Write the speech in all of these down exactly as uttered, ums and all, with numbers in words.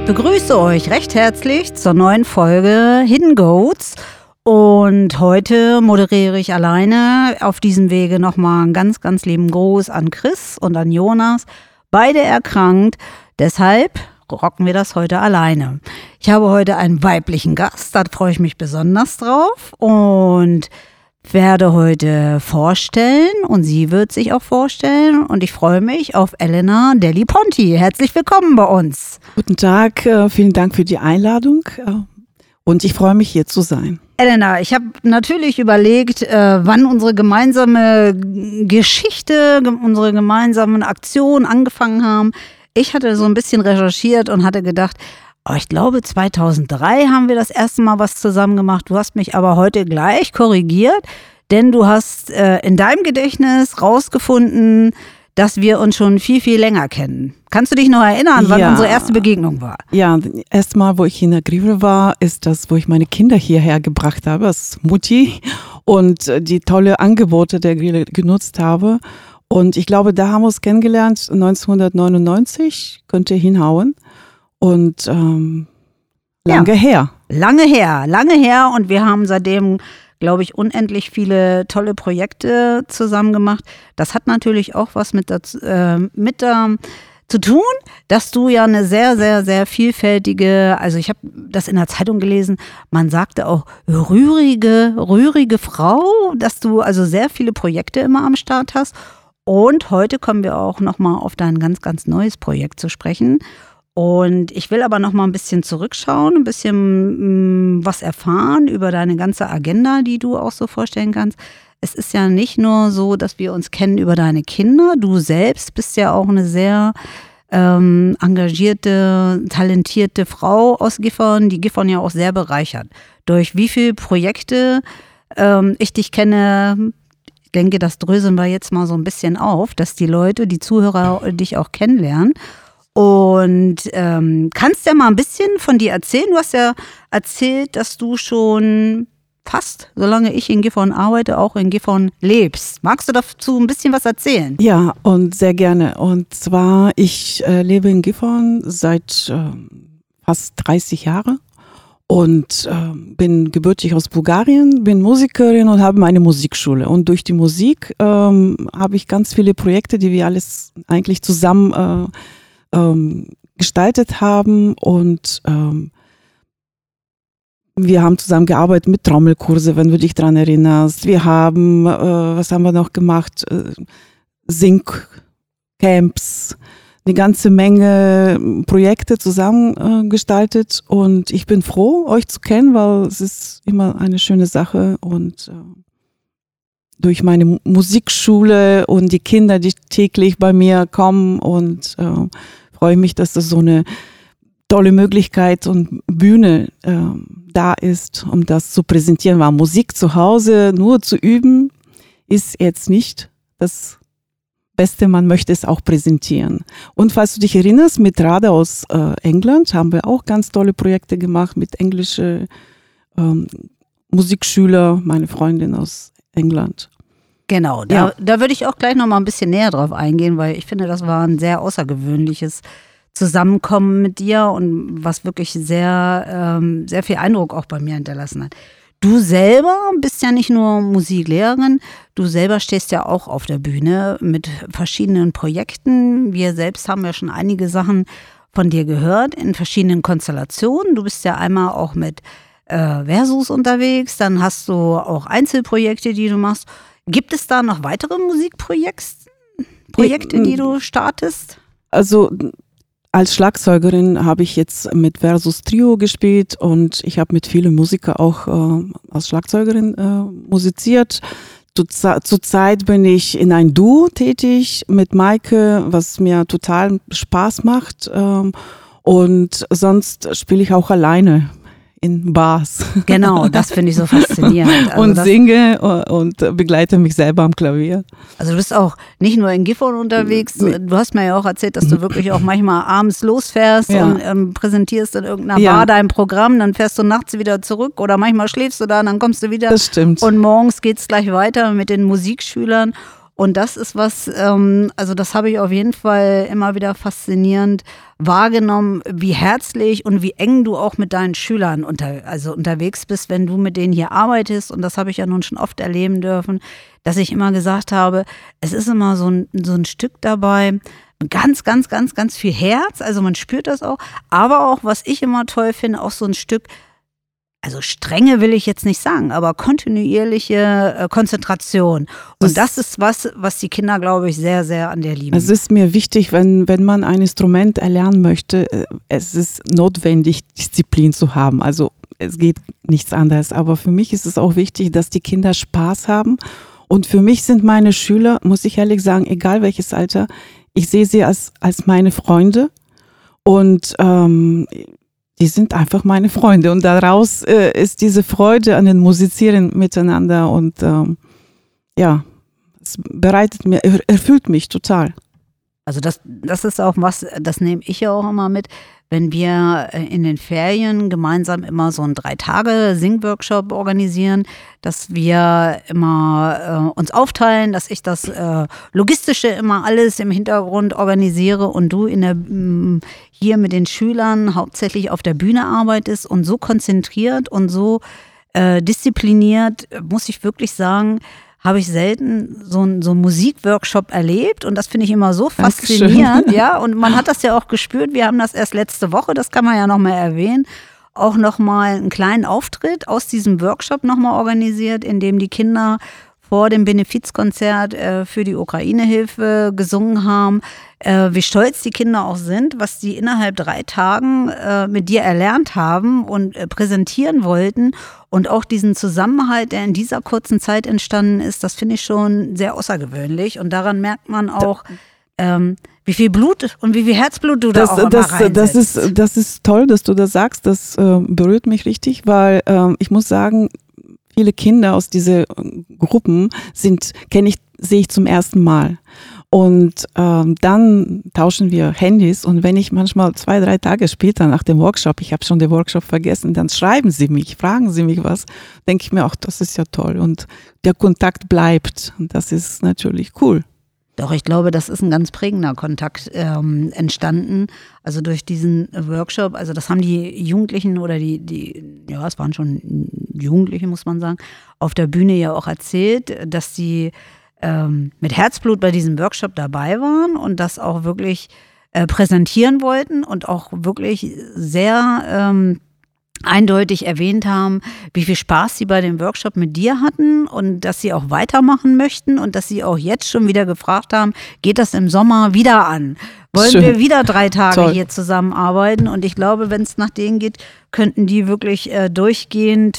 begrüße euch recht herzlich zur neuen Folge Hidden Goats. Und heute moderiere ich alleine. Auf diesem Wege nochmal einen ganz, ganz lieben Gruß an Chris und an Jonas. Beide erkrankt. Deshalb rocken wir das heute alleine. Ich habe heute einen weiblichen Gast, da freue ich mich besonders drauf. Und werde heute vorstellen und sie wird sich auch vorstellen. Und ich freue mich auf Elena Deli Ponti. Herzlich willkommen bei uns. Guten Tag, vielen Dank für die Einladung und ich freue mich, hier zu sein. Elena, ich habe natürlich überlegt, äh, wann unsere gemeinsame Geschichte, unsere gemeinsamen Aktionen angefangen haben. Ich hatte so ein bisschen recherchiert und hatte gedacht, oh, ich glaube zweitausenddrei haben wir das erste Mal was zusammen gemacht. Du hast mich aber heute gleich korrigiert, denn du hast äh, in deinem Gedächtnis rausgefunden, dass wir uns schon viel, viel länger kennen. Kannst du dich noch erinnern, wann ja. unsere erste Begegnung war? Ja, das erste Mal, wo ich in der Grivel war, ist das, wo ich meine Kinder hierher gebracht habe, als Mutti und die tolle Angebote der Grivel genutzt habe. Und ich glaube, da haben wir uns kennengelernt, neunzehnhundertneunundneunzig, könnt ihr hinhauen. Und ähm, lange ja. her. Lange her, lange her. Und wir haben seitdem, glaube ich, unendlich viele tolle Projekte zusammen gemacht. Das hat natürlich auch was mit, dazu, äh, mit der, zu tun, dass du ja eine sehr, sehr, sehr vielfältige, also ich habe das in der Zeitung gelesen, man sagte auch rührige, rührige Frau, dass du also sehr viele Projekte immer am Start hast. Und heute kommen wir auch nochmal auf dein ganz, ganz neues Projekt zu sprechen. Und ich will aber noch mal ein bisschen zurückschauen, ein bisschen mh, was erfahren über deine ganze Agenda, die du auch so vorstellen kannst. Es ist ja nicht nur so, dass wir uns kennen über deine Kinder. Du selbst bist ja auch eine sehr ähm, engagierte, talentierte Frau aus Gifhorn, die Gifhorn ja auch sehr bereichert. Durch wie viele Projekte ähm, ich dich kenne, ich denke, das dröseln wir jetzt mal so ein bisschen auf, dass die Leute, die Zuhörer dich auch kennenlernen. Und ähm, kannst ja mal ein bisschen von dir erzählen. Du hast ja erzählt, dass du schon fast, solange ich in Gifhorn arbeite, auch in Gifhorn lebst. Magst du dazu ein bisschen was erzählen? Ja, und sehr gerne. Und zwar, ich äh, lebe in Gifhorn seit äh, fast dreißig Jahren und äh, bin gebürtig aus Bulgarien, bin Musikerin und habe meine Musikschule. Und durch die Musik äh, habe ich ganz viele Projekte, die wir alles eigentlich zusammen äh, Ähm, gestaltet haben und ähm, wir haben zusammen gearbeitet mit Trommelkurse, wenn du dich daran erinnerst. Wir haben, äh, was haben wir noch gemacht? Äh, Sing-Camps, eine ganze Menge Projekte zusammen äh, gestaltet und ich bin froh, euch zu kennen, weil es ist immer eine schöne Sache und äh, durch meine Musikschule und die Kinder, die täglich bei mir kommen und äh, freue ich mich, dass das so eine tolle Möglichkeit und Bühne äh, da ist, um das zu präsentieren. Weil Musik zu Hause nur zu üben, ist jetzt nicht das Beste, man möchte es auch präsentieren. Und falls du dich erinnerst, mit Rade aus äh, England haben wir auch ganz tolle Projekte gemacht mit englischen ähm, Musikschülern, meine Freundin aus England. Genau, da, ja. da würde ich auch gleich noch mal ein bisschen näher drauf eingehen, weil ich finde, das war ein sehr außergewöhnliches Zusammenkommen mit dir und was wirklich sehr, ähm, sehr viel Eindruck auch bei mir hinterlassen hat. Du selber bist ja nicht nur Musiklehrerin, du selber stehst ja auch auf der Bühne mit verschiedenen Projekten. Wir selbst haben ja schon einige Sachen von dir gehört in verschiedenen Konstellationen. Du bist ja einmal auch mit äh, Versus unterwegs, dann hast du auch Einzelprojekte, die du machst. Gibt es da noch weitere Musikprojekte, Projekte, die du startest? Also als Schlagzeugerin habe ich jetzt mit Versus Trio gespielt und ich habe mit vielen Musikern auch äh, als Schlagzeugerin äh, musiziert. Zurzeit bin ich in ein Duo tätig mit Maike, was mir total Spaß macht. Ähm, und sonst spiele ich auch alleine in Bars. Genau, das finde ich so faszinierend. Also und singe und begleite mich selber am Klavier. Also du bist auch nicht nur in Gifhorn unterwegs, du hast mir ja auch erzählt, dass du wirklich auch manchmal abends losfährst ja. und ähm, präsentierst in irgendeiner ja. Bar dein Programm, dann fährst du nachts wieder zurück oder manchmal schläfst du da und dann kommst du wieder. Das stimmt. Und morgens geht es gleich weiter mit den Musikschülern. Und das ist was, ähm, also das habe ich auf jeden Fall immer wieder faszinierend wahrgenommen, wie herzlich und wie eng du auch mit deinen Schülern unter, also unterwegs bist, wenn du mit denen hier arbeitest. Und das habe ich ja nun schon oft erleben dürfen, dass ich immer gesagt habe, es ist immer so ein, so ein Stück dabei, ganz, ganz, ganz, ganz viel Herz, also man spürt das auch, aber auch, was ich immer toll finde, auch so ein Stück, also Strenge will ich jetzt nicht sagen, aber kontinuierliche äh, Konzentration. Und das, das ist was, was die Kinder, glaube ich, sehr, sehr an der lieben. Es ist mir wichtig, wenn, wenn man ein Instrument erlernen möchte, es ist notwendig, Disziplin zu haben. Also es geht nichts anderes. Aber für mich ist es auch wichtig, dass die Kinder Spaß haben. Und für mich sind meine Schüler, muss ich ehrlich sagen, egal welches Alter, ich sehe sie als, als meine Freunde. Und ähm, die sind einfach meine Freunde und daraus äh, ist diese Freude an den Musizieren miteinander und ähm, ja, es bereitet mir, erfüllt mich total. Also das, das ist auch was, das nehme ich ja auch immer mit, wenn wir in den Ferien gemeinsam immer so einen Drei-Tage-Sing-Workshop organisieren, dass wir immer äh, uns aufteilen, dass ich das äh, Logistische immer alles im Hintergrund organisiere und du in der, mh, hier mit den Schülern hauptsächlich auf der Bühne arbeitest und so konzentriert und so äh, diszipliniert, muss ich wirklich sagen, habe ich selten so einen so einen Musikworkshop erlebt und das finde ich immer so faszinierend, ja, und man hat das ja auch gespürt, wir haben das erst letzte Woche, das kann man ja nochmal erwähnen, auch nochmal einen kleinen Auftritt aus diesem Workshop nochmal organisiert, in dem die Kinder vor dem Benefizkonzert äh, für die Ukraine-Hilfe gesungen haben, äh, wie stolz die Kinder auch sind, was die innerhalb drei Tagen äh, mit dir erlernt haben und äh, präsentieren wollten. Und auch diesen Zusammenhalt, der in dieser kurzen Zeit entstanden ist, das finde ich schon sehr außergewöhnlich. Und daran merkt man auch, ähm, wie viel Blut und wie viel Herzblut du das, da auch das, immer reinsetzt. Das ist, das ist toll, dass du das sagst. Das äh, berührt mich richtig, weil äh, ich muss sagen, viele Kinder aus diesen Gruppen sind, kenne ich, sehe ich zum ersten Mal. Und ähm, dann tauschen wir Handys und wenn ich manchmal zwei, drei Tage später nach dem Workshop, ich habe schon den Workshop vergessen, dann schreiben sie mich, fragen sie mich was, denke ich mir, ach, das ist ja toll und der Kontakt bleibt und das ist natürlich cool. Doch, ich glaube, das ist ein ganz prägender Kontakt ähm, entstanden, also durch diesen Workshop, also das haben die Jugendlichen oder die, die, ja, es waren schon Jugendliche, muss man sagen, auf der Bühne ja auch erzählt, dass sie ähm, mit Herzblut bei diesem Workshop dabei waren und das auch wirklich äh, präsentieren wollten und auch wirklich sehr ähm, eindeutig erwähnt haben, wie viel Spaß sie bei dem Workshop mit dir hatten und dass sie auch weitermachen möchten und dass sie auch jetzt schon wieder gefragt haben, geht das im Sommer wieder an? Wollen Schön. wir wieder drei Tage Toll. hier zusammenarbeiten? Und ich glaube, wenn es nach denen geht, könnten die wirklich äh, durchgehend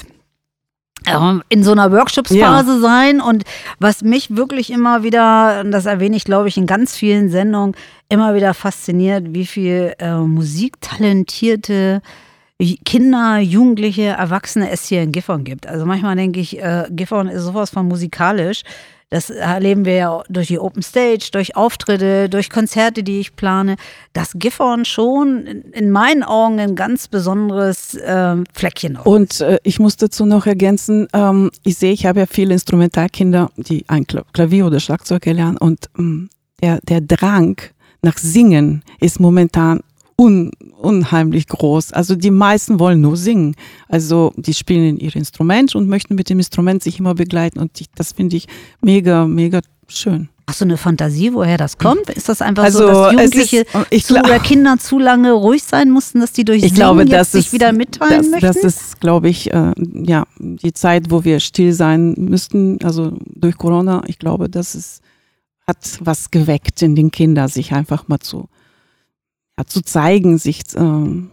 äh, in so einer Workshopsphase ja. sein. Und was mich wirklich immer wieder, und das erwähne ich, glaube ich, in ganz vielen Sendungen, immer wieder fasziniert, wie viel äh, musiktalentierte Kinder, Jugendliche, Erwachsene es hier in Gifhorn gibt. Also manchmal denke ich, äh, Gifhorn ist sowas von musikalisch. Das erleben wir ja durch die Open Stage, durch Auftritte, durch Konzerte, die ich plane, dass Gifhorn schon in, in meinen Augen ein ganz besonderes äh, Fleckchen auf. Und äh, ich muss dazu noch ergänzen, ähm, ich sehe, ich habe ja viele Instrumentalkinder, die ein Klavier oder Schlagzeug erlernen und ähm, der, der Drang nach Singen ist momentan Un, unheimlich groß. Also die meisten wollen nur singen. Also die spielen ihr Instrument und möchten mit dem Instrument sich immer begleiten und ich, das finde ich mega, mega schön. Hast du eine Fantasie, woher das kommt? Ist das einfach also, so, dass Jugendliche ist, ich zu, oder Kinder zu lange ruhig sein mussten, dass die durch ich Singen glaube, jetzt das sich ist, wieder mitteilen das, möchten? Das ist, glaube ich, äh, ja, die Zeit, wo wir still sein müssten, also durch Corona, ich glaube, das ist, hat was geweckt in den Kindern, sich einfach mal zu Ja, zu zeigen, sich äh, zu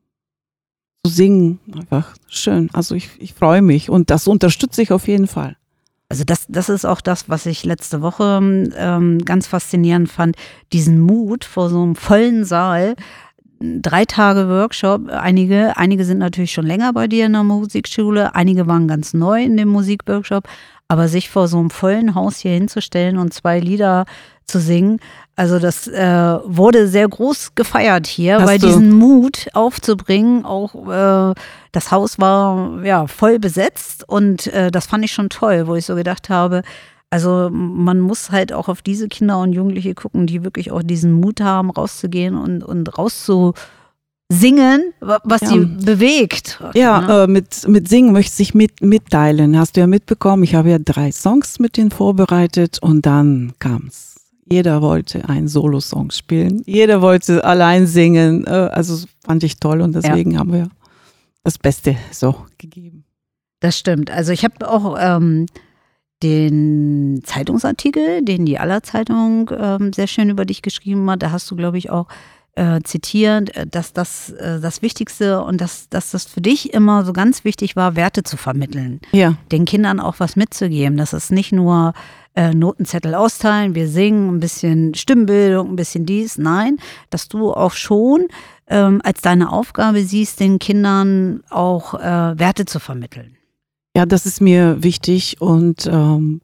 singen, einfach schön. Also ich, ich freue mich und das unterstütze ich auf jeden Fall. Also das, das ist auch das, was ich letzte Woche ähm, ganz faszinierend fand, diesen Mut vor so einem vollen Saal, drei Tage Workshop, einige, einige sind natürlich schon länger bei dir in der Musikschule, einige waren ganz neu in dem Musikworkshop, aber sich vor so einem vollen Haus hier hinzustellen und zwei Lieder zu singen, also das äh, wurde sehr groß gefeiert hier, Hast weil du? diesen Mut aufzubringen, auch äh, das Haus war ja voll besetzt und äh, das fand ich schon toll, wo ich so gedacht habe, Also man muss halt auch auf diese Kinder und Jugendliche gucken, die wirklich auch diesen Mut haben, rauszugehen und, und rauszusingen, was ja. sie bewegt. Ja, ne? äh, mit, mit Singen möchte ich mit, mitteilen. Hast du ja mitbekommen, ich habe ja drei Songs mit denen vorbereitet und dann kam's. Jeder wollte einen Solo-Song spielen, jeder wollte allein singen. Äh, also fand ich toll und deswegen ja. haben wir das Beste so gegeben. Das stimmt. Also ich habe auch ähm, den Zeitungsartikel, den die Aller-Zeitung ähm, sehr schön über dich geschrieben hat, da hast du, glaube ich, auch äh, zitiert, dass das äh, das Wichtigste und dass, dass das für dich immer so ganz wichtig war, Werte zu vermitteln. Ja. Den Kindern auch was mitzugeben. Das ist nicht nur äh, Notenzettel austeilen, wir singen, ein bisschen Stimmbildung, ein bisschen dies. Nein, dass du auch schon ähm, als deine Aufgabe siehst, den Kindern auch äh, Werte zu vermitteln. Ja, das ist mir wichtig und ähm,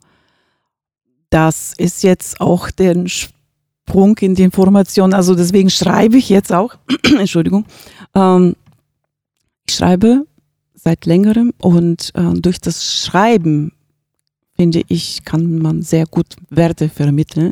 das ist jetzt auch der Sprung in die Information. Also deswegen schreibe ich jetzt auch, Entschuldigung, ähm, ich schreibe seit längerem und äh, durch das Schreiben, finde ich, kann man sehr gut Werte vermitteln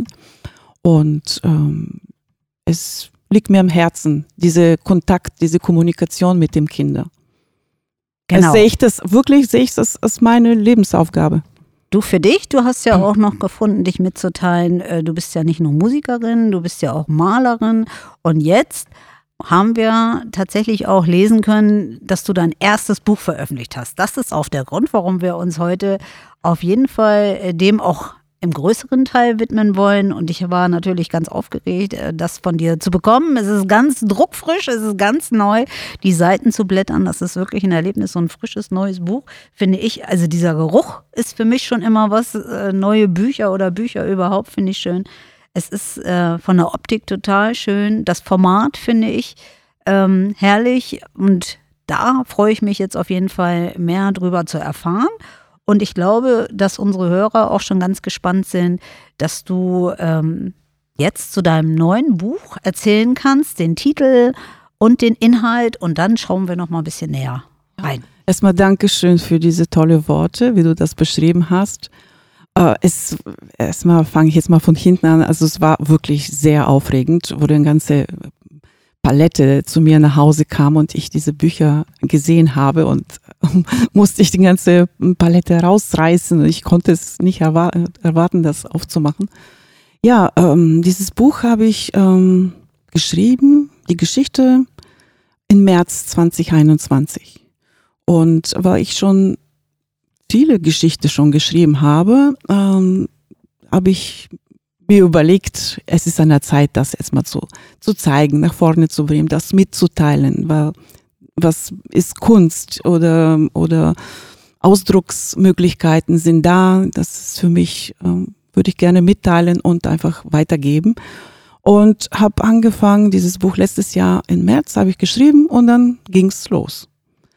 und ähm, es liegt mir am Herzen, dieser Kontakt, diese Kommunikation mit dem Kinder. Genau. Sehe ich das wirklich, sehe ich das als meine Lebensaufgabe. Du für dich, du hast ja auch noch gefunden, dich mitzuteilen, du bist ja nicht nur Musikerin, du bist ja auch Malerin und jetzt haben wir tatsächlich auch lesen können, dass du dein erstes Buch veröffentlicht hast. Das ist auch der Grund, warum wir uns heute auf jeden Fall dem auch im größeren Teil widmen wollen und ich war natürlich ganz aufgeregt, das von dir zu bekommen. Es ist ganz druckfrisch, es ist ganz neu, die Seiten zu blättern, das ist wirklich ein Erlebnis, so ein frisches, neues Buch, finde ich. Also dieser Geruch ist für mich schon immer was, neue Bücher oder Bücher überhaupt finde ich schön. Es ist äh, von der Optik total schön, das Format finde ich ähm, herrlich und da freue ich mich jetzt auf jeden Fall mehr drüber zu erfahren. Und ich glaube, dass unsere Hörer auch schon ganz gespannt sind, dass du ähm, jetzt zu deinem neuen Buch erzählen kannst, den Titel und den Inhalt. Und dann schauen wir noch mal ein bisschen näher rein. Erstmal Dankeschön für diese tolle Worte, wie du das beschrieben hast. Äh, es, erstmal fange ich jetzt mal von hinten an. Also es war wirklich sehr aufregend, wo eine ganze Palette zu mir nach Hause kam und ich diese Bücher gesehen habe und musste ich die ganze Palette rausreißen und ich konnte es nicht erwarten, das aufzumachen. Ja, ähm, dieses Buch habe ich ähm, geschrieben, die Geschichte im März zwanzig einundzwanzig. Und weil ich schon viele Geschichten schon geschrieben habe, ähm, habe ich mir überlegt, es ist an der Zeit, das erstmal zu, zu zeigen, nach vorne zu bringen, das mitzuteilen, weil was ist Kunst oder, oder Ausdrucksmöglichkeiten sind da. Das ist für mich, ähm, würde ich gerne mitteilen und einfach weitergeben. Und habe angefangen, dieses Buch letztes Jahr im März habe ich geschrieben und dann ging's los.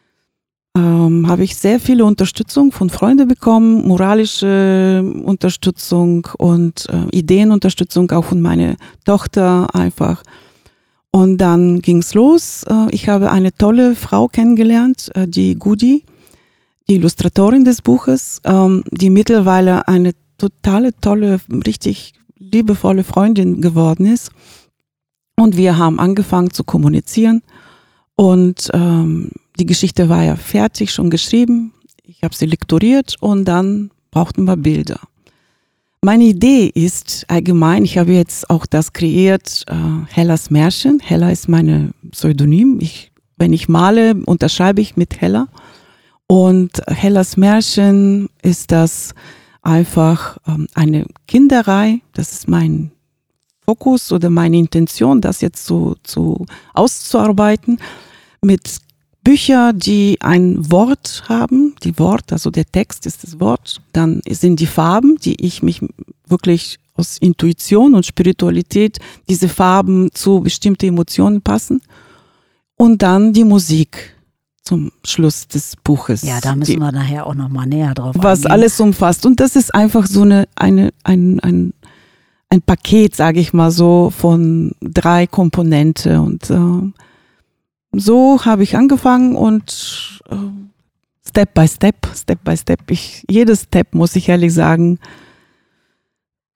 Ähm, habe ich sehr viele Unterstützung von Freunden bekommen, moralische Unterstützung und äh, Ideenunterstützung auch von meiner Tochter einfach. Und dann ging's los. Ich habe eine tolle Frau kennengelernt, die Gudi, die Illustratorin des Buches, die mittlerweile eine totale, tolle, richtig liebevolle Freundin geworden ist. Und wir haben angefangen zu kommunizieren. Und ähm, die Geschichte war ja fertig, schon geschrieben. Ich habe sie lektoriert und dann brauchten wir Bilder. Meine Idee ist allgemein, ich habe jetzt auch das kreiert, äh, Hellas Märchen. Hella ist meine Pseudonym. Ich, wenn ich male, unterschreibe ich mit Hella. Und Hellas Märchen ist das einfach ähm, eine Kinderreihe. Das ist mein Fokus oder meine Intention, das jetzt so, so auszuarbeiten mit Bücher, die ein Wort haben, die Wort, also der Text ist das Wort, dann sind die Farben, die ich mich wirklich aus Intuition und Spiritualität, diese Farben zu bestimmten Emotionen passen und dann die Musik zum Schluss des Buches. Ja, da müssen die, wir nachher auch noch mal näher drauf eingehen. Was alles umfasst und das ist einfach so eine, eine, ein, ein, ein Paket, sage ich mal so, von drei Komponenten und äh, so habe ich angefangen und äh, Step by Step, Step by Step. Ich, jedes Step, muss ich ehrlich sagen,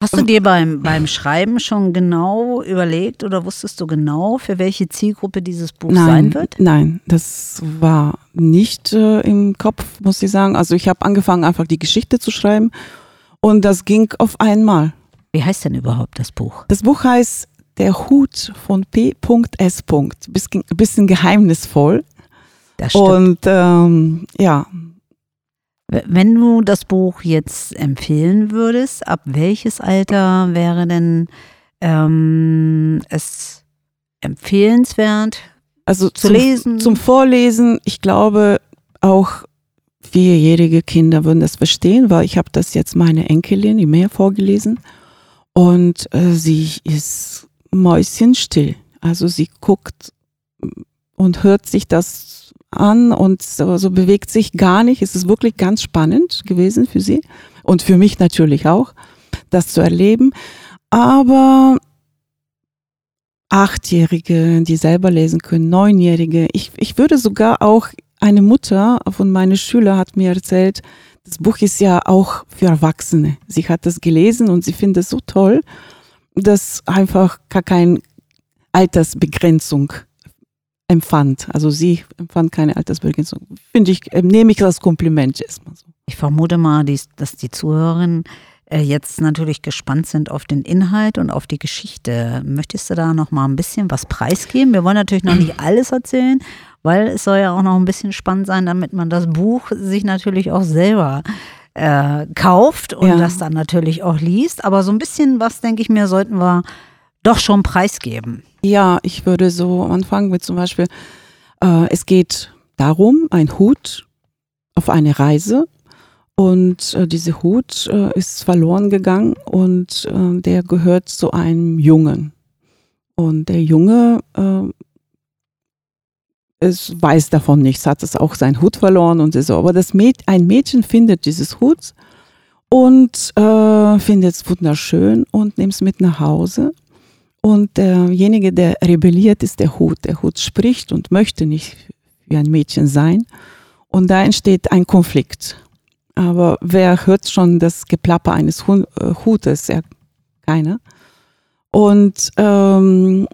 Hast du dir beim, beim Schreiben schon genau überlegt oder wusstest du genau, für welche Zielgruppe dieses Buch nein, sein wird? Nein, das war nicht äh, im Kopf, muss ich sagen. Also ich habe angefangen, einfach die Geschichte zu schreiben und das ging auf einmal. Wie heißt denn überhaupt das Buch? Das Buch heißt Der Hut von P S Bisschen, bisschen geheimnisvoll. Das stimmt. Und ähm, ja. Wenn du das Buch jetzt empfehlen würdest, ab welches Alter wäre denn ähm, es empfehlenswert also zu zum, lesen? Zum Vorlesen, ich glaube, auch vierjährige Kinder würden das verstehen, weil ich habe das jetzt meine Enkelin im Meer vorgelesen und äh, sie ist mäuschenstill. Also sie guckt und hört sich das an und so, so bewegt sich gar nicht. Es ist wirklich ganz spannend gewesen für sie und für mich natürlich auch, das zu erleben. Aber Achtjährige, die selber lesen können, Neunjährige, ich, ich würde sogar auch, eine Mutter von meinen Schülern hat mir erzählt, das Buch ist ja auch für Erwachsene. Sie hat das gelesen und sie findet es so toll, dass einfach gar keine Altersbegrenzung empfand. Also sie empfand keine Altersbegrenzung. Finde ich, nehme ich das Kompliment erstmal so. Ich vermute mal, dass die Zuhörerinnen jetzt natürlich gespannt sind auf den Inhalt und auf die Geschichte. Möchtest du da noch mal ein bisschen was preisgeben? Wir wollen natürlich noch nicht alles erzählen, weil es soll ja auch noch ein bisschen spannend sein, damit man das Buch sich natürlich auch selber äh, kauft und ja. das dann natürlich auch liest. Aber so ein bisschen was, denke ich mir, sollten wir doch schon preisgeben. Ja, ich würde so anfangen mit zum Beispiel, äh, es geht darum, ein Hut auf eine Reise und äh, dieser Hut äh, ist verloren gegangen und äh, der gehört zu einem Jungen. Und der Junge äh, es weiß davon nichts, hat es auch seinen Hut verloren und so. Aber das Mäd- ein Mädchen findet dieses Hut und äh, findet es wunderschön und nimmt es mit nach Hause. Und derjenige, der rebelliert, ist der Hut. Der Hut spricht und möchte nicht wie ein Mädchen sein. Und da entsteht ein Konflikt. Aber wer hört schon das Geplapper eines Hutes? Ja, keiner. Und ähm,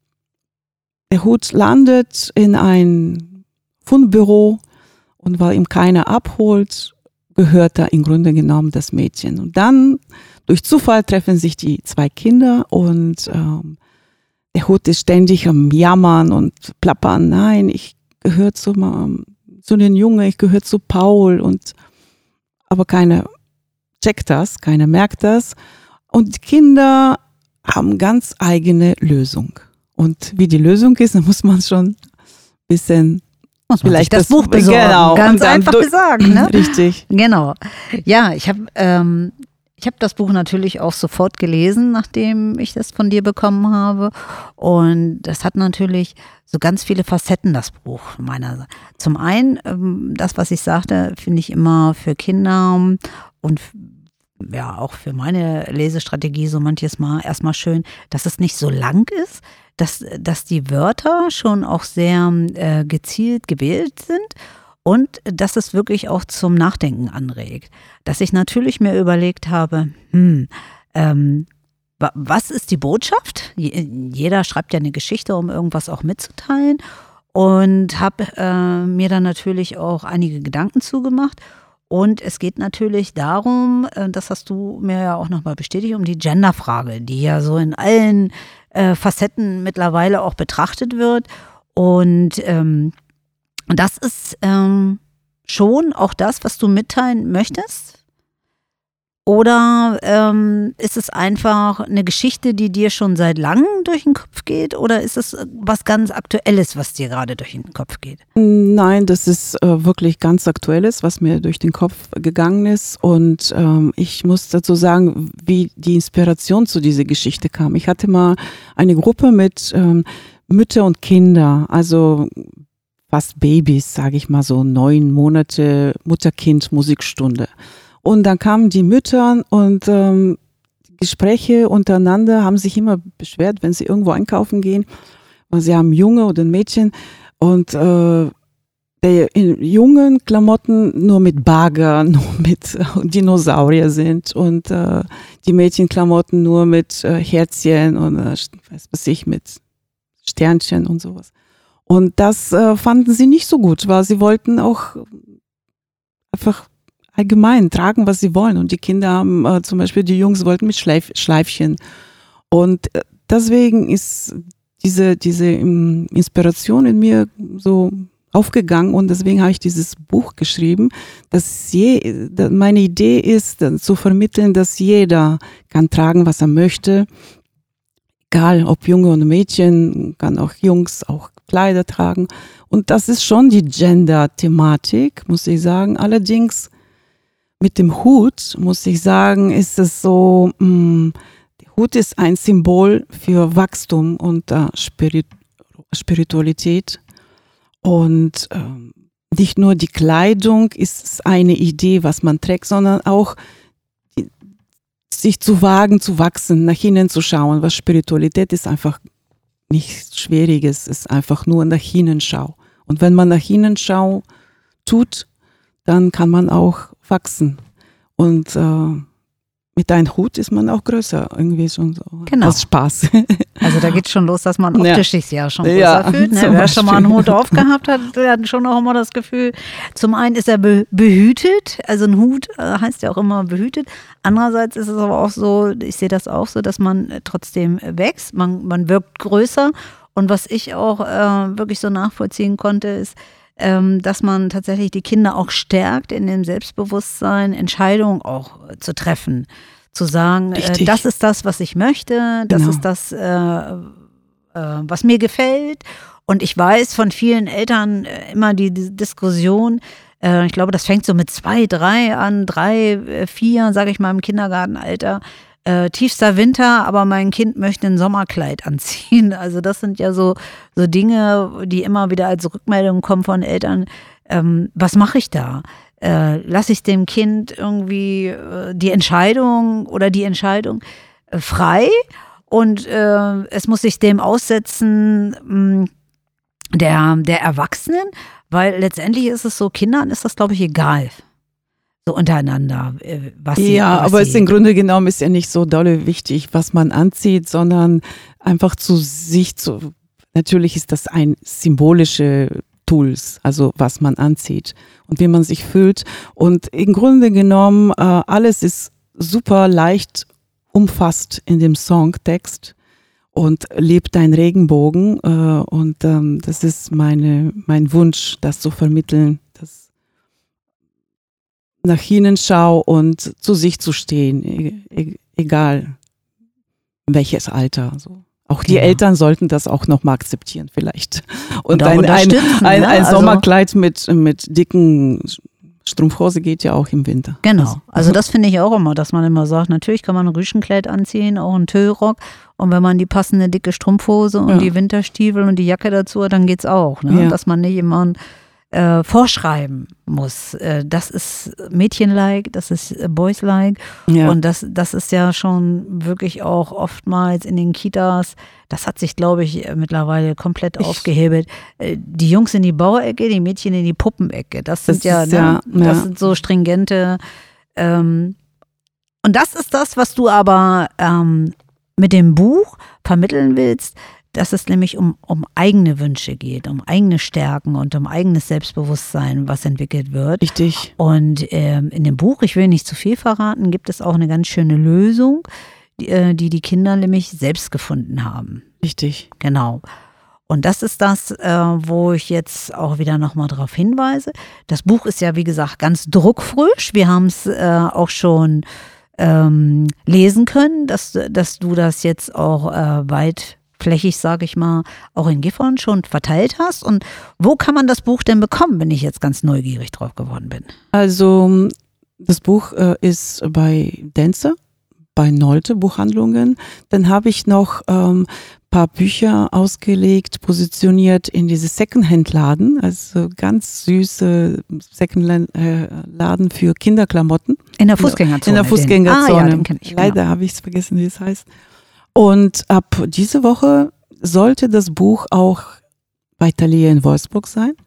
der Hut landet in ein Fundbüro und weil ihm keiner abholt, gehört da im Grunde genommen das Mädchen. Und dann durch Zufall treffen sich die zwei Kinder und ähm, der Hut ist ständig am Jammern und plappern. Nein, ich gehöre zu, zu den Jungen, ich gehöre zu Paul. Und, aber keiner checkt das, keiner merkt das. Und die Kinder haben ganz eigene Lösung. Und wie die Lösung ist, da muss man schon ein bisschen muss man vielleicht das, das Buch besorgen. Genau. Ganz einfach gesagt. Ne? Richtig. Genau. Ja, ich habe ähm, ich hab das Buch natürlich auch sofort gelesen, nachdem ich das von dir bekommen habe. Und das hat natürlich so ganz viele Facetten, das Buch meiner. Zum einen, ähm, das, was ich sagte, finde ich immer für Kinder und ja auch für meine Lesestrategie so manches Mal erstmal schön, dass es nicht so lang ist. Dass, dass die Wörter schon auch sehr äh, gezielt gewählt sind und dass es wirklich auch zum Nachdenken anregt. Dass ich natürlich mir überlegt habe, hm, ähm, was ist die Botschaft? Jeder schreibt ja eine Geschichte, um irgendwas auch mitzuteilen und habe äh, mir dann natürlich auch einige Gedanken zugemacht. Und es geht natürlich darum, das hast du mir ja auch nochmal bestätigt, um die Genderfrage, die ja so in allen äh, Facetten mittlerweile auch betrachtet wird. Und ähm, das ist ähm, schon auch das, was du mitteilen möchtest? Oder ähm, ist es einfach eine Geschichte, die dir schon seit langem durch den Kopf geht? Oder ist es was ganz Aktuelles, was dir gerade durch den Kopf geht? Nein, das ist äh, wirklich ganz Aktuelles, was mir durch den Kopf gegangen ist. Und ähm, ich muss dazu sagen, wie die Inspiration zu dieser Geschichte kam. Ich hatte mal eine Gruppe mit ähm, Mütter und Kinder, also fast Babys, sage ich mal so, neun Monate Mutter-Kind-Musikstunde. Und dann kamen die Mütter und ähm, Gespräche untereinander haben sich immer beschwert, wenn sie irgendwo einkaufen gehen. Und sie haben Junge oder ein Mädchen und äh, die jungen Klamotten nur mit Bagger, nur mit Dinosaurier sind und äh, die Mädchenklamotten nur mit äh, Herzchen und äh, was weiß ich, mit Sternchen und sowas. Und das äh, fanden sie nicht so gut, weil sie wollten auch einfach allgemein tragen, was sie wollen. Und die Kinder haben äh, zum Beispiel, die Jungs wollten mit Schleif Schleifchen. Und äh, deswegen ist diese, diese um, Inspiration in mir so aufgegangen und deswegen habe ich dieses Buch geschrieben, dass je, meine Idee ist, zu vermitteln, dass jeder kann tragen, was er möchte. Egal, ob Junge oder Mädchen, kann auch Jungs auch Kleider tragen. Und das ist schon die Gender-Thematik, muss ich sagen. Allerdings mit dem Hut, muss ich sagen, ist es so, mh, der Hut ist ein Symbol für Wachstum und äh, Spirit Spiritualität. Und ähm, nicht nur die Kleidung ist eine Idee, was man trägt, sondern auch die, sich zu wagen, zu wachsen, nach innen zu schauen. Was Spiritualität ist einfach nichts Schwieriges, ist einfach nur nach innen schau. Und wenn man nach innen schau tut, dann kann man auch wachsen. Und äh, mit einem Hut ist man auch größer, irgendwie schon so. Genau. Aus Spaß. Also da geht es schon los, dass man optisch ja. sich ja schon größer ja, fühlt. Ne? Wer schon mal einen Hut aufgehabt hat, der hat schon auch immer das Gefühl, zum einen ist er be behütet, also ein Hut äh, heißt ja auch immer behütet. Andererseits ist es aber auch so, ich sehe das auch so, dass man trotzdem wächst, man, man wirkt größer. Und was ich auch äh, wirklich so nachvollziehen konnte, ist, ähm, dass man tatsächlich die Kinder auch stärkt in dem Selbstbewusstsein, Entscheidungen auch äh, zu treffen. Zu sagen, äh, das ist das, was ich möchte, das genau. ist das, äh, äh, was mir gefällt. Und ich weiß von vielen Eltern äh, immer die, die Diskussion, äh, ich glaube, das fängt so mit zwei, drei an, drei, äh, vier, sage ich mal, im Kindergartenalter. Äh, tiefster Winter, aber mein Kind möchte ein Sommerkleid anziehen. Also das sind ja so, so Dinge, die immer wieder als Rückmeldung kommen von Eltern. Ähm, was mache ich da? Äh, lasse ich dem Kind irgendwie äh, die Entscheidung oder die Entscheidung äh, frei und äh, es muss sich dem aussetzen mh, der, der Erwachsenen, weil letztendlich ist es so, Kindern ist das, glaube ich, egal. So untereinander, äh, was sie Ja, was aber sie es im Grunde genommen ist ja nicht so dolle wichtig, was man anzieht, sondern einfach zu sich zu, natürlich ist das ein symbolische Tools, also was man anzieht und wie man sich fühlt. Und im Grunde genommen, äh, alles ist super leicht umfasst in dem Songtext und lebt ein Regenbogen. Äh, und ähm, das ist meine, mein Wunsch, das zu vermitteln, dass nach innen schau und zu sich zu stehen, e e egal welches Alter. So. Auch die Genau. Eltern sollten das auch nochmal akzeptieren vielleicht. Und, Und auch ein, ein, unterstützen, ein, ne? ein Also- Sommerkleid mit, mit dicken Strumpfhose geht ja auch im Winter. Genau, also das finde ich auch immer, dass man immer sagt, natürlich kann man ein Rüschenkleid anziehen, auch einen Tüllrock und wenn man die passende dicke Strumpfhose und Ja. die Winterstiefel und die Jacke dazu hat, dann geht's auch, ne? Ja. Dass man nicht immer äh, vorschreiben muss. Äh, das ist Mädchen-like, das ist äh, Boys-like Ja. und das, das ist ja schon wirklich auch oftmals in den Kitas, das hat sich, glaube ich, mittlerweile komplett Ich- aufgehebelt. Äh, Die Jungs in die Bauecke, die Mädchen in die Puppenecke. Das sind Das ja, ist ne, ja- das ja. sind so stringente. Ähm, und das ist das, was du aber ähm, mit dem Buch vermitteln willst, dass es nämlich um, um eigene Wünsche geht, um eigene Stärken und um eigenes Selbstbewusstsein, was entwickelt wird. Richtig. Und ähm, in dem Buch, ich will nicht zu viel verraten, gibt es auch eine ganz schöne Lösung, die äh, die, die Kinder nämlich selbst gefunden haben. Richtig. Genau. Und das ist das, äh, wo ich jetzt auch wieder nochmal darauf hinweise. Das Buch ist ja, wie gesagt, ganz druckfrisch. Wir haben es äh, auch schon ähm, lesen können, dass, dass du das jetzt auch äh, weitflächig, sage ich mal, auch in Gifhorn schon verteilt hast. Und wo kann man das Buch denn bekommen, wenn ich jetzt ganz neugierig drauf geworden bin? Also das Buch äh, ist bei Denzer, bei Nolte Buchhandlungen. Dann habe ich noch ähm, paar Bücher ausgelegt, positioniert in diese Secondhand-Laden, also ganz süße Secondhand-Laden für Kinderklamotten. In der Fußgängerzone. In der Fußgängerzone. Ah, ja, den kenn ich, genau. Leider habe ich es vergessen, wie es heißt. Und ab diese Woche sollte das Buch auch bei Thalia in Wolfsburg sein.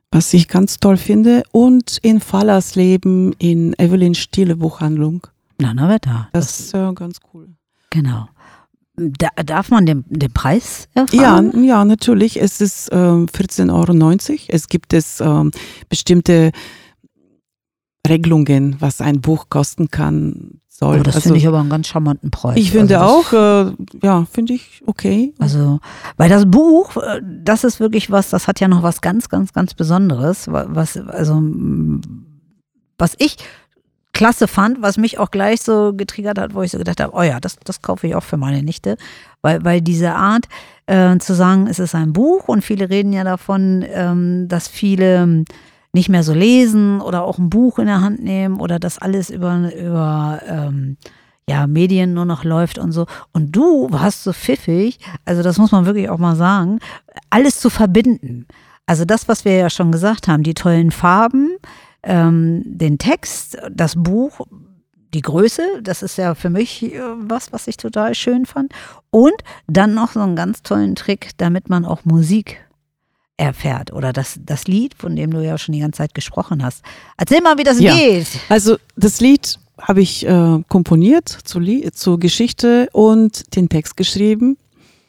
was ich ganz toll finde. Und in Fallas Leben in Evelyn Stiele Buchhandlung. Na, na, wer da. Das, das ist äh, ganz cool. Genau. Da, darf man den, den Preis erfahren? Ja, ja, natürlich. Es ist ähm, vierzehn Euro neunzig. Es gibt es ähm, bestimmte Regelungen, was ein Buch kosten kann. Soll. Oh, das also, finde ich aber einen ganz charmanten Preis. Ich finde also auch, äh, ja, finde ich okay. Also, weil das Buch, das ist wirklich was, das hat ja noch was ganz, ganz, ganz Besonderes, was, also, was ich klasse fand, was mich auch gleich so getriggert hat, wo ich so gedacht habe, oh ja, das, das kaufe ich auch für meine Nichte, weil, weil diese Art äh, zu sagen, es ist ein Buch und viele reden ja davon, ähm, dass viele nicht mehr so lesen oder auch ein Buch in der Hand nehmen oder dass alles über, über ähm, ja, Medien nur noch läuft und so. Und du warst so pfiffig, also das muss man wirklich auch mal sagen, alles zu verbinden. Also das, was wir ja schon gesagt haben, die tollen Farben, ähm, den Text, das Buch, die Größe, das ist ja für mich äh, was, was ich total schön fand. Und dann noch so einen ganz tollen Trick, damit man auch Musik erfährt oder das, das Lied, von dem du ja schon die ganze Zeit gesprochen hast. Erzähl mal, wie das ja. geht. Also das Lied habe ich äh, komponiert zur, zur Geschichte und den Text geschrieben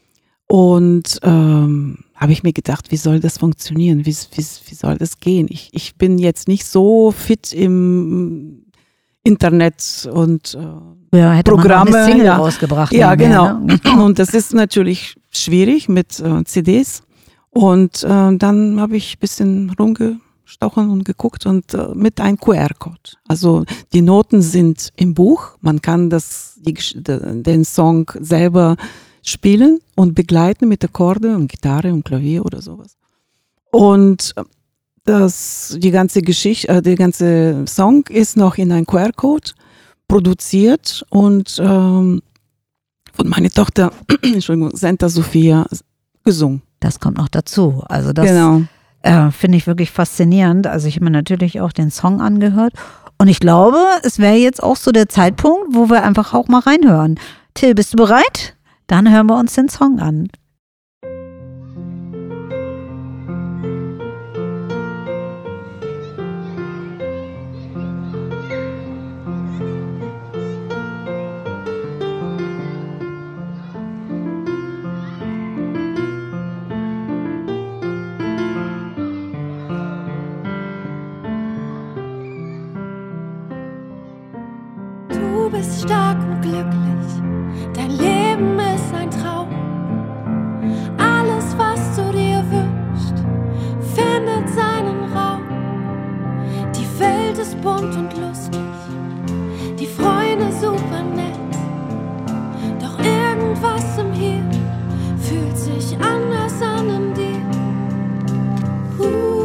und ähm, habe ich mir gedacht, wie soll das funktionieren, wie, wie, wie soll das gehen? Ich, ich bin jetzt nicht so fit im Internet und äh, ja, hätte Programme. Man auch eine Single ja. rausgebracht. Ja, genau. Mehr, ne? Und das ist natürlich schwierig mit äh, C Ds. Und äh, dann habe ich ein bisschen rumgestochen und geguckt und äh, mit einem Q R-Code. Also die Noten sind im Buch. Man kann das, die, den Song selber spielen und begleiten mit Akkorde und Gitarre und Klavier oder sowas. Und das, die ganze Geschichte, äh, der ganze Song ist noch in einem Q R-Code produziert und ähm, von meiner Tochter, Entschuldigung, Santa Sophia gesungen. Das kommt noch dazu. Also das genau. äh, finde ich wirklich faszinierend. Also ich habe mir natürlich auch den Song angehört und ich glaube, es wäre jetzt auch so der Zeitpunkt, wo wir einfach auch mal reinhören. Till, bist du bereit? Dann hören wir uns den Song an. Du bist stark und glücklich, dein Leben ist ein Traum. Alles, was du dir wünschst, findet seinen Raum. Die Welt ist bunt und lustig, die Freunde super nett. Doch irgendwas im Hier fühlt sich anders an in dir. Uh.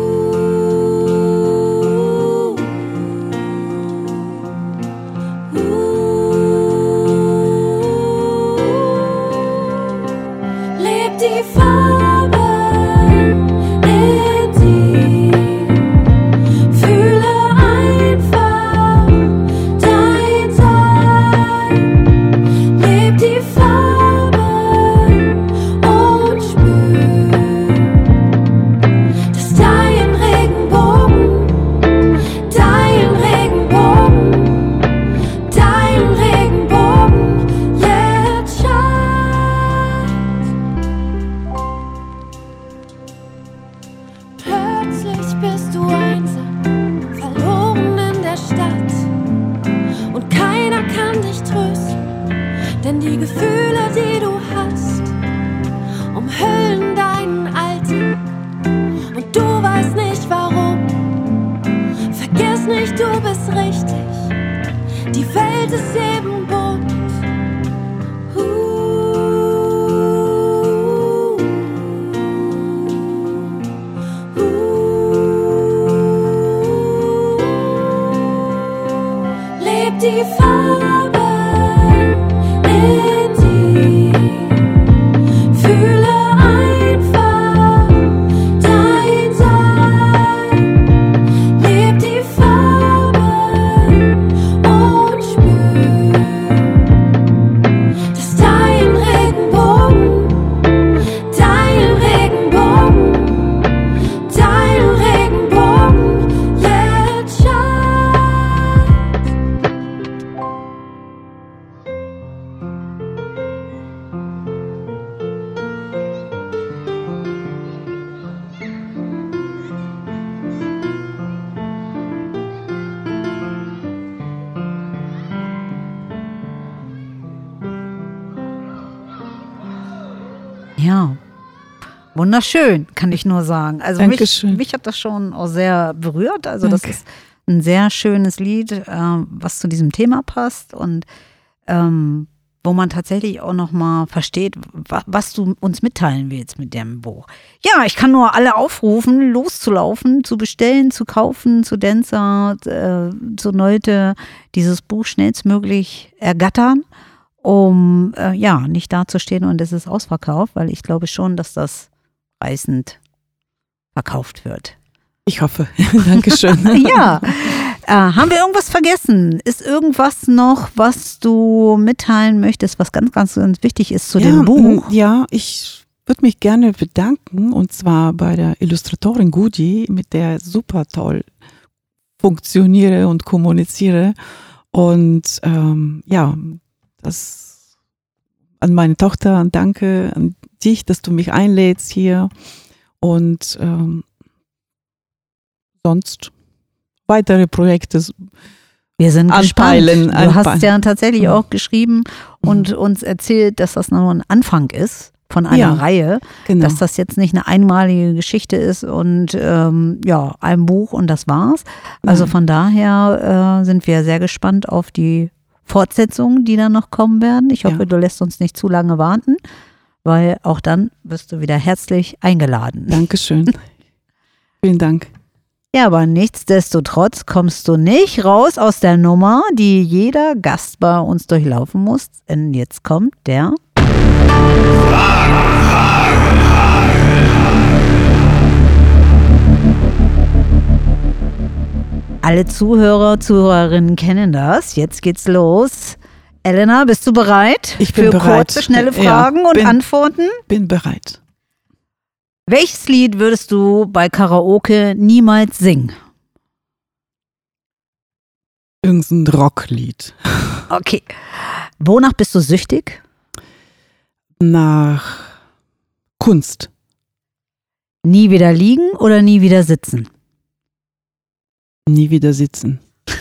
Dein Regenbogen Ja, wunderschön, kann ich nur sagen. Also mich, mich hat das schon auch sehr berührt. Also Danke. Das ist ein sehr schönes Lied, äh, was zu diesem Thema passt und ähm, wo man tatsächlich auch nochmal versteht, wa- was du uns mitteilen willst mit dem Buch. Ja, ich kann nur alle aufrufen, loszulaufen, zu bestellen, zu kaufen, zu Dancer, äh, zu Leute, dieses Buch schnellstmöglich ergattern, um äh, ja nicht dazustehen und es ist ausverkauft, weil ich glaube schon, dass das reißend verkauft wird. Ich hoffe. Dankeschön. Ja. Äh, haben wir irgendwas vergessen? Ist irgendwas noch, was du mitteilen möchtest, was ganz, ganz, ganz wichtig ist zu ja, dem Buch? Ja, ich würde mich gerne bedanken und zwar bei der Illustratorin Gudi, mit der super toll funktioniere und kommuniziere. Und ähm, ja, das an meine Tochter und danke an dich, dass du mich einlädst hier und ähm, sonst weitere Projekte. Wir sind anpeilen, gespannt. Du anpeilen. hast ja tatsächlich auch geschrieben und uns erzählt, dass das nur ein Anfang ist von einer ja, Reihe, genau. dass das jetzt nicht eine einmalige Geschichte ist und ähm, ja, ein Buch und das war's. Also von daher äh, sind wir sehr gespannt auf die Fortsetzungen, die dann noch kommen werden. Ich hoffe, ja. du lässt uns nicht zu lange warten, weil auch dann wirst du wieder herzlich eingeladen. Dankeschön. Vielen Dank. Ja, aber nichtsdestotrotz kommst du nicht raus aus der Nummer, die jeder Gast bei uns durchlaufen muss. Denn jetzt kommt der Alle Zuhörer, Zuhörerinnen kennen das. Jetzt geht's los. Elena, bist du bereit? Ich bin für bereit. kurze, schnelle Fragen ja, bin, und Antworten? Bin bereit. Welches Lied würdest du bei Karaoke niemals singen? Irgendein Rocklied. Okay. Wonach bist du süchtig? Nach Kunst. Nie wieder liegen oder nie wieder sitzen? Nie wieder sitzen.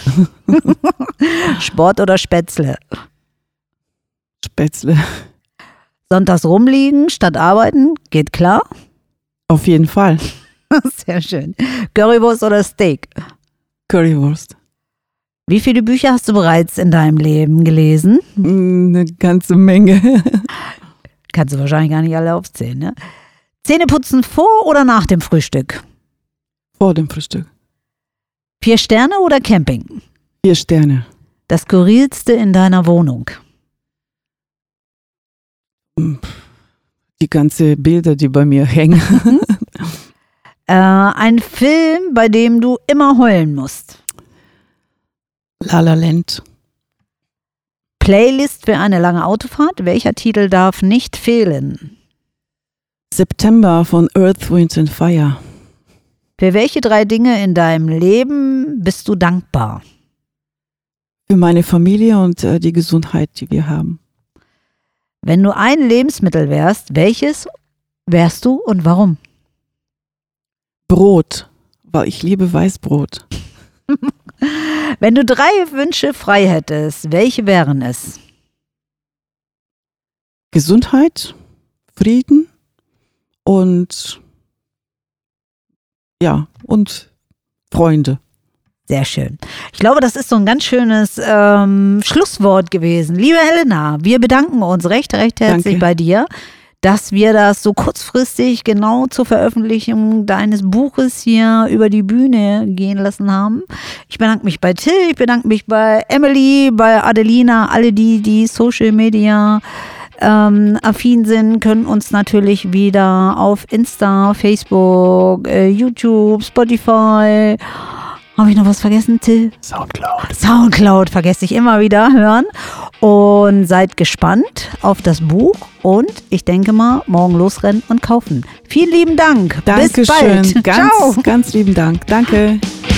Sport oder Spätzle? Spätzle. Sonntags rumliegen statt arbeiten? Geht klar? Auf jeden Fall. Sehr schön. Currywurst oder Steak? Currywurst. Wie viele Bücher hast du bereits in deinem Leben gelesen? Eine ganze Menge. Kannst du wahrscheinlich gar nicht alle aufzählen, ne? Zähneputzen vor oder nach dem Frühstück? Vor dem Frühstück. Vier Sterne oder Camping? Vier Sterne. Das Skurrilste in deiner Wohnung? Die ganzen Bilder, die bei mir hängen. äh, ein Film, bei dem du immer heulen musst? La La Land. Playlist für eine lange Autofahrt. Welcher Titel darf nicht fehlen? September von Earth, Wind and Fire. Für welche drei Dinge in deinem Leben bist du dankbar? Für meine Familie und äh, die Gesundheit, die wir haben. Wenn du ein Lebensmittel wärst, welches wärst du und warum? Brot, weil ich liebe Weißbrot. Wenn du drei Wünsche frei hättest, welche wären es? Gesundheit, Frieden und ja, und Freunde. Sehr schön. Ich glaube, das ist so ein ganz schönes ähm, Schlusswort gewesen. Liebe Helena, wir bedanken uns recht, recht herzlich Danke. bei dir, dass wir das so kurzfristig genau zur Veröffentlichung deines Buches hier über die Bühne gehen lassen haben. Ich bedanke mich bei Till, ich bedanke mich bei Emily, bei Adelina, alle die, die Social Media ähm, affin sind, können uns natürlich wieder auf Insta, Facebook, äh, YouTube, Spotify, habe ich noch was vergessen, Till? Soundcloud. Soundcloud vergesse ich immer wieder hören. Und seid gespannt auf das Buch und ich denke mal, morgen losrennen und kaufen. Vielen lieben Dank. Dankeschön. Bis bald. Ganz, Ciao. ganz lieben Dank. Danke.